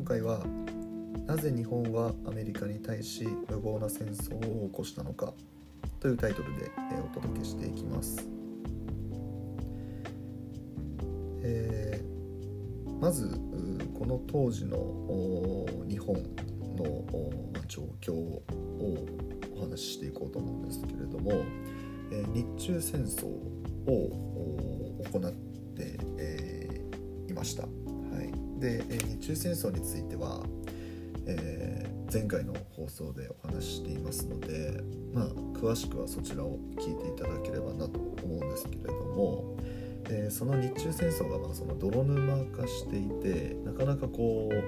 回はなぜ日本はアメリカに対し無謀な戦争を起こしたのかというタイトルでお届けしていきます。まずこの当時の日本の状況をお話ししていこうと思うんですけれども、日中戦争を行っていました。はい、で日中戦争については、前回の放送でお話ししていますので、詳しくはそちらを聞いていただければなと思うんですけれども、その日中戦争がその泥沼化していて、なかなか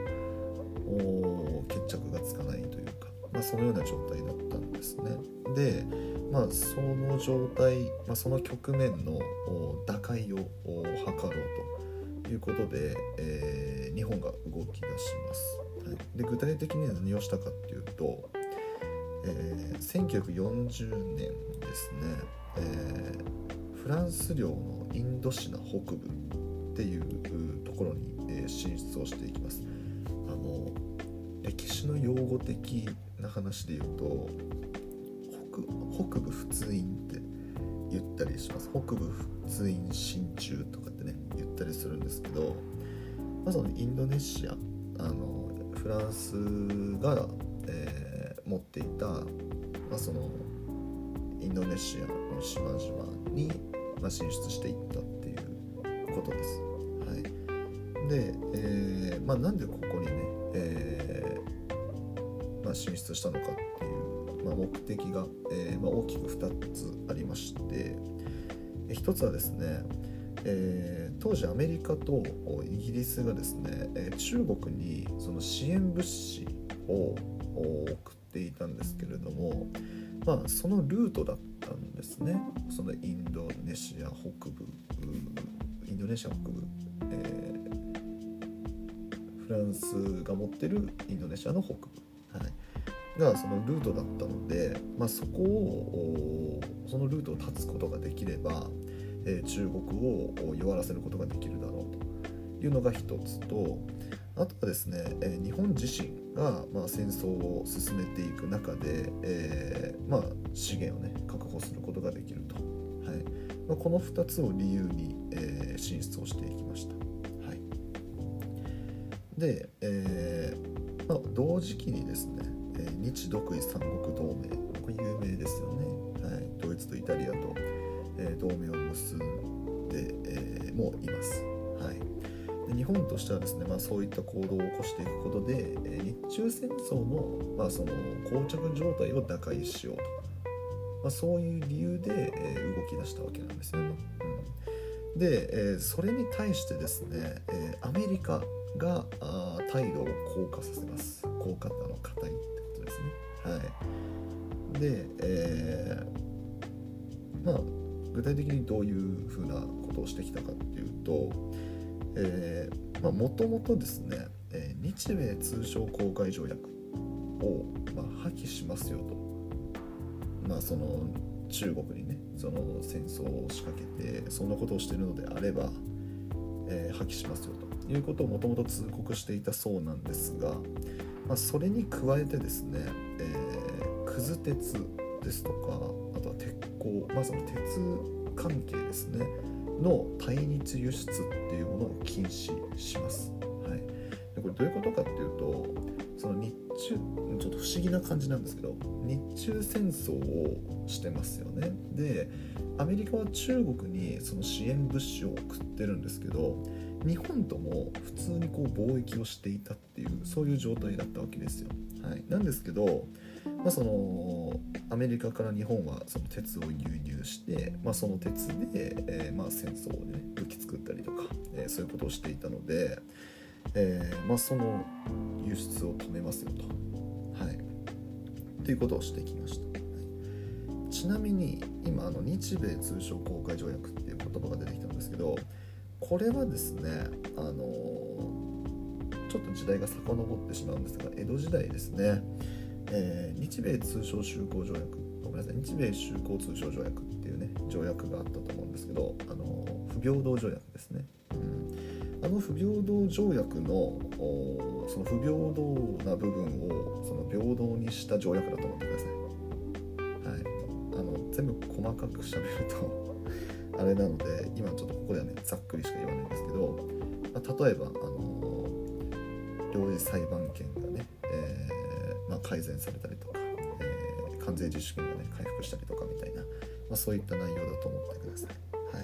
決着がつかないというか、そのような状態だったんですね。で、その状態、その局面の打開を図ろうということで、日本が動き出します。はい、で具体的に何をしたかっていうと、1940年ですね、フランス領のインドシナ北部っていうところに進出をしていきます。歴史の用語的な話で言うと、北部仏印って言ったりします。北部仏印進駐とかってね言ったりするんですけど、そのインドネシア、フランスが、持っていた、そのインドネシアの島々に、進出していったっていうことです。はい、で、なんでここにね、進出したのかっていう、目的が、大きく2つありまして、1つはですね、当時アメリカとイギリスがですね、中国にその支援物資を送っていたんですけれども、そのルートだったんですね。そのインドネシア北部、フランスが持ってるインドネシアの北部、がそのルートだったので、そのルートを断つことができれば、中国を弱らせることができるだろうというのが一つと、あとはですね、日本自身が戦争を進めていく中で、資源をね確保することができると、この2つを理由に、進出をしていきました。はい、で、同時期にですね、日独伊三国同盟、これ有名ですよね。ドイツとイタリアと、同盟を結んで、もいます。で日本としてはですね、そういった行動を起こしていくことで、日中戦争の、その膠着状態を打開しようと、そういう理由で、動き出したわけなんですよね。で、それに対してですね、アメリカが態度を硬化させます。硬化って硬いってことですね。で、具体的にどういうふうなことをしてきたかっていうと、もともとですね、日米通商航海条約を、破棄しますよと、その中国にねその戦争を仕掛けてそんなことをしているのであれば、破棄しますよということをもともと通告していたそうなんですが、それに加えてですね、くず鉄ですとか、あとは鉄鋼、その鉄関係ですねの対日輸出っていうものを禁止します。でこれどういうことかっていうと、その日中ちょっと不思議な感じなんですけど、日中戦争をしてますよね。でアメリカは中国にその支援物資を送ってるんですけど、日本とも普通に貿易をしていたっていう、そういう状態だったわけですよ。なんですけど、そのアメリカから日本はその鉄を輸入して、その鉄で、戦争をね武器作ったりとか、そういうことをしていたので、その輸出を止めますよと、ということをしてきました。ちなみに今日米通商航海条約っていう言葉が出てきたんですけど、これはですね、ちょっと時代が遡ってしまうんですが、江戸時代ですね、日米通商修好条約、日米修好通商条約っていうね条約があったと思うんですけど、不平等条約ですね。 不平等条約のその不平等な部分をその平等にした条約だと思ってください。はい、全部細かく喋るとあれなので今ちょっとここではねざっくりしか言わないんですけど、例えば領事裁判権がね、改善されたりとか、関税自主権がね回復したりとかみたいな、そういった内容だと思ってください。はい、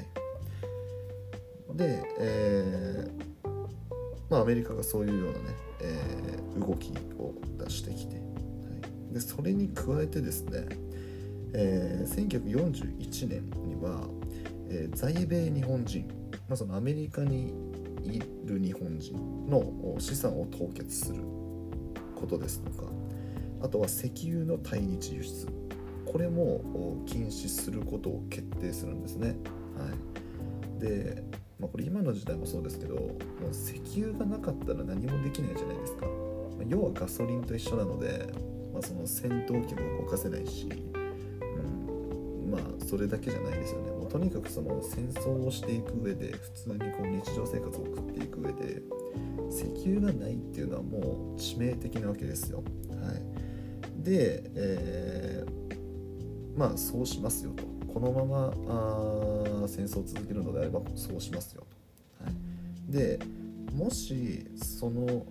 で、アメリカがそういうようなね、動きを出してきて、はい、でそれに加えてですね、1941年には、在米日本人、そのアメリカにいる日本人の資産を凍結することですとか、あとは石油の対日輸出、これも禁止することを決定するんですね。はい、で、これ今の時代もそうですけど、もう石油がなかったら何もできないじゃないですか。要はガソリンと一緒なので、その戦闘機も動かせないし、それだけじゃないですよね。もうとにかくその戦争をしていく上で普通にこう日常生活を送っていく上で石油がないっていうのはもう致命的なわけですよ。はい、で、そうしますよと。このまま戦争を続けるのであればそうしますよと。はい、でもしその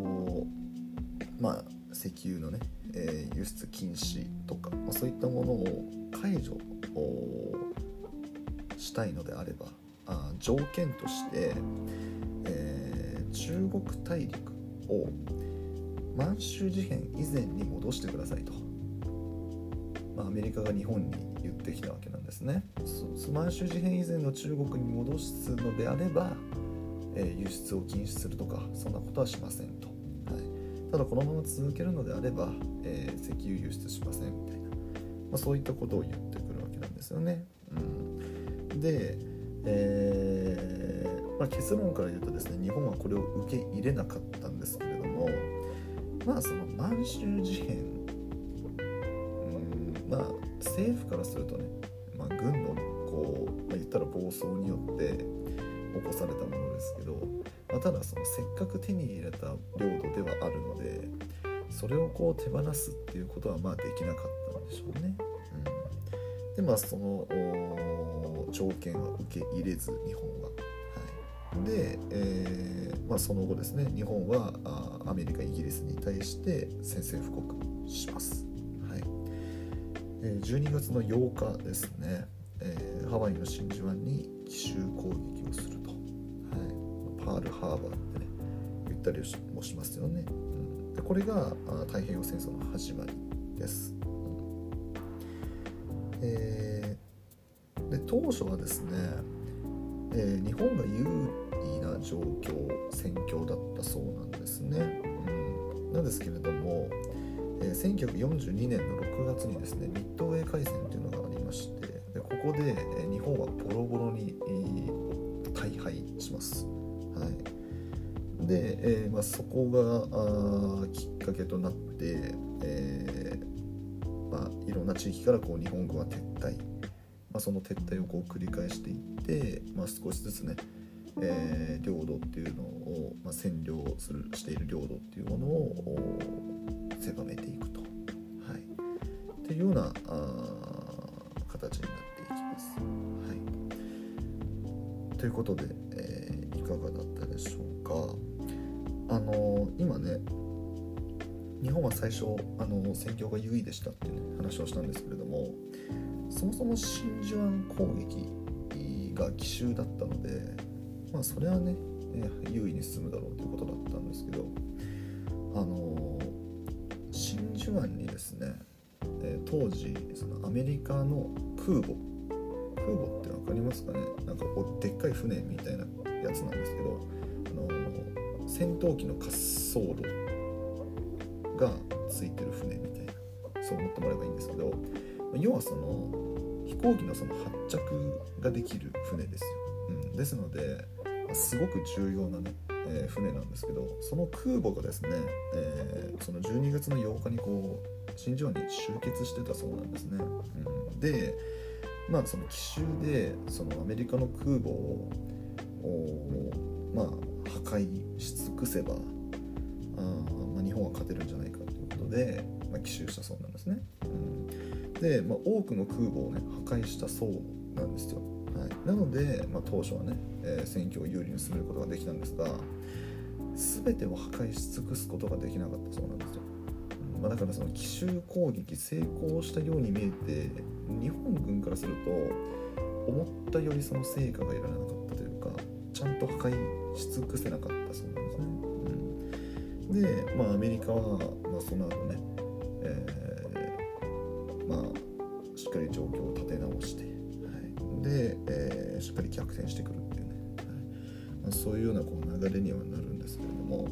石油のね、輸出禁止とか、そういったものを解除したいのであれば、条件として、中国大陸を満州事変以前に戻してくださいと、アメリカが日本に言ってきたわけなんですね。満州事変以前の中国に戻すのであれば、輸出を禁止するとかそんなことはしませんと。ただこのまま続けるのであれば、石油輸出しませんみたいな、そういったことを言ってくるわけなんですよね。で、結論から言うとですね、日本はこれを受け入れなかったんですけれども、その満州事変、政府からするとね、軍のこう、言ったら暴走によって起こされたものですけど、ただそのせっかく手に入れた領土ではあるので、それをこう手放すっていうことはできなかったんでしょうね。でその条件は受け入れず日本は、で、その後ですね、日本はアメリカイギリスに対して宣戦布告します。12月の8日ですね、ハワイの真珠湾に奇襲攻撃をすると、パールハーバーってね言ったりもしますよね。でこれが太平洋戦争の始まりです。で当初はですね、日本が有利な状況戦況だったそうなんですね。なんですけれども、1942年の6月にですね、日東英海戦というのがありまして、でここで日本はボロボロに大敗します。で、そこがきっかけとなって、いろんな地域からこう日本軍は撤退、その撤退をこう繰り返していって、少しずつね、領土っていうのを、占領している領土っていうものを狭めていくと、っていうような形になっていきます。ということで、いかがだったでしょうか。今ね、日本は最初戦況が優位でしたっていう、話をしたんですけれども、そもそも真珠湾攻撃が奇襲だったので、それはね、優位に進むだろうということだったんですけど、真珠湾にですね、当時そのアメリカの空母って分かりますかね。なんかこうでっかい船みたいなやつなんですけど、戦闘機の滑走路がついてる船みたいな、そう思ってもらえばいいんですけど、要はその飛行機のその発着ができる船ですよ。ですので、すごく重要なね、船なんですけど、その空母がですね、その12月の8日にこう真珠湾に集結してたそうなんですね。で、その奇襲でそのアメリカの空母を破壊し尽くせば日本は勝てるんじゃないかということで、奇襲したそうなんですね。で、多くの空母をね破壊したそうなんですよ。なので、当初はね、戦況を有利に進めることができたんですが、全てを破壊し尽くすことができなかったそうなんですよ。だからその奇襲攻撃成功したように見えて、日本軍からすると思ったよりその成果が得られなかったというか、ちゃんと破壊し尽くせなかったそうなんですね。で、アメリカは、その後ね、しっかり状況を立て直して、で、しっかり逆転してくるっていうね、そういうような流れにはなるんですけれども、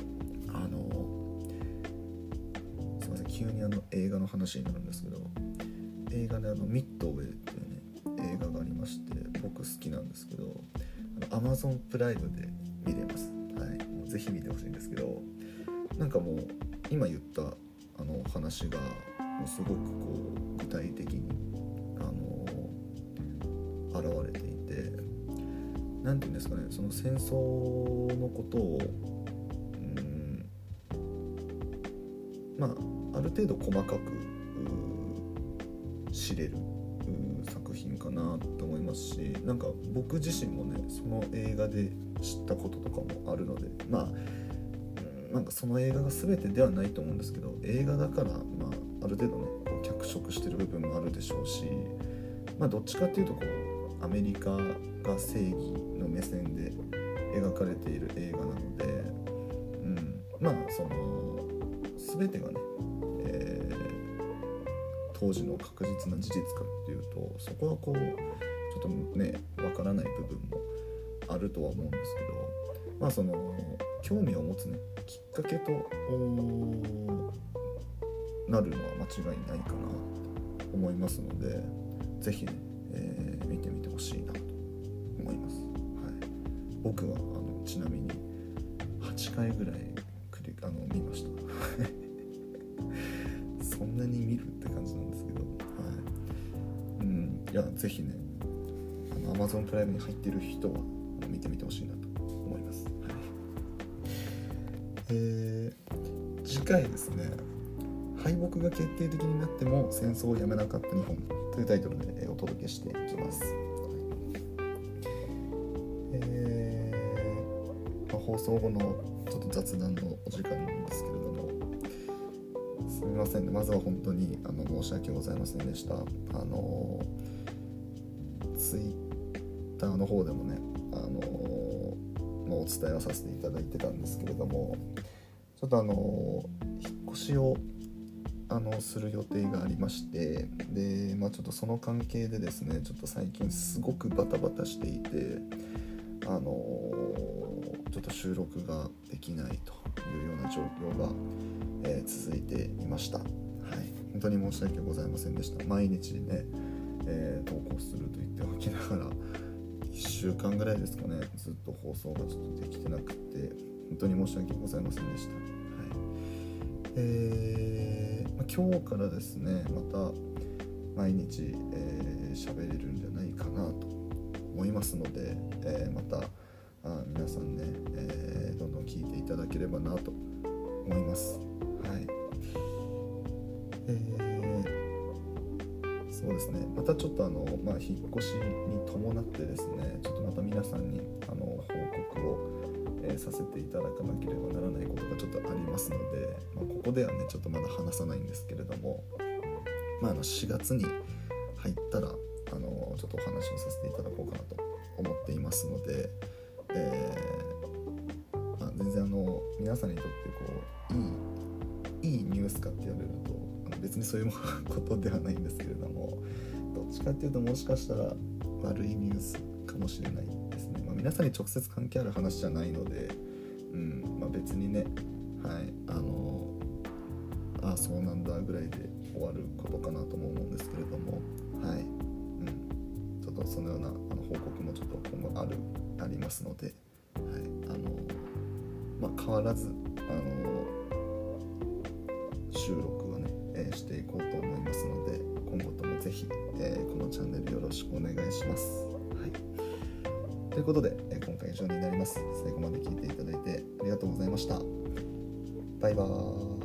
すいません、急に映画の話になるんですけど、映画でミッドウェイっていうね映画がありまして、僕好きなんですけど、Amazon プライムで見れます。もうぜひ見てほしいんですけど、なんかもう今言った話がもうすごく具体的に現れていて、なんていうんですかね、その戦争のことをある程度細かく知れる作品かなと思いますし、なんか僕自身もねその映画で知ったこととかもあるので、なんかその映画が全てではないと思うんですけど、映画だからある程度ね脚色してる部分もあるでしょうし、どっちかっていうとアメリカが正義の目線で描かれている映画なので、その全てがね、当時の確実な事実かっていうと、そこはちょっとねわからない部分もあるとは思うんですけど、その興味を持つねきっかけとなるのは間違いないかなと思いますので、ぜひね、見てみてほしいなと思います。僕はちなみに8回ぐらい見ましたそんなに見るって感じなんですけど、いやぜひねAmazon プライムに入っている人は見てみてほしいなと思います。次回ですね、敗北が決定的になっても戦争をやめなかった日本というタイトルでお届けしていきます。放送後のちょっと雑談のお時間なんですけれども、すみませんね、まずは本当に申し訳ございませんでした。ツイッターの方でもねお伝えをさせていただいてたんですけれども、ちょっと引っ越しをする予定がありまして、で、ちょっとその関係でですね、ちょっと最近すごくバタバタしていて、ちょっと収録ができないというような状況が、続いていました。本当に申し訳ございませんでした。毎日ね、投稿すると言っておきながら1週間ぐらいですかね、ずっと放送がちょっとできてなくて、本当に申し訳ございませんでした。今日からですね、また毎日喋れるんじゃないかなと思いますので、また皆さんね、どんどん聞いていただければなと思います。そうですね、またちょっと引っ越しに伴ってですね、ちょっとまた皆さんに報告を、させていただかなければならないことがちょっとありますので、ここではねちょっとまだ話さないんですけれども、4月に入ったらちょっとお話をさせていただこうかなと思っていますので、全然皆さんにとっていいニュースかって言われると別にそういうことではないんですけれども、どっちかっていうともしかしたら悪いニュースかもしれないですね。皆さんに直接関係ある話じゃないので、別にね、そうなんだぐらいで終わることかなとも思うんですけれども、ちょっとそのような報告もちょっと今後ありますので、変わらず収録はね、していこうと思いますので、今後ともぜひ、このチャンネルよろしくお願いします。 ということで、今回以上になります。最後まで聞いていただいてありがとうございました。バイバーイ。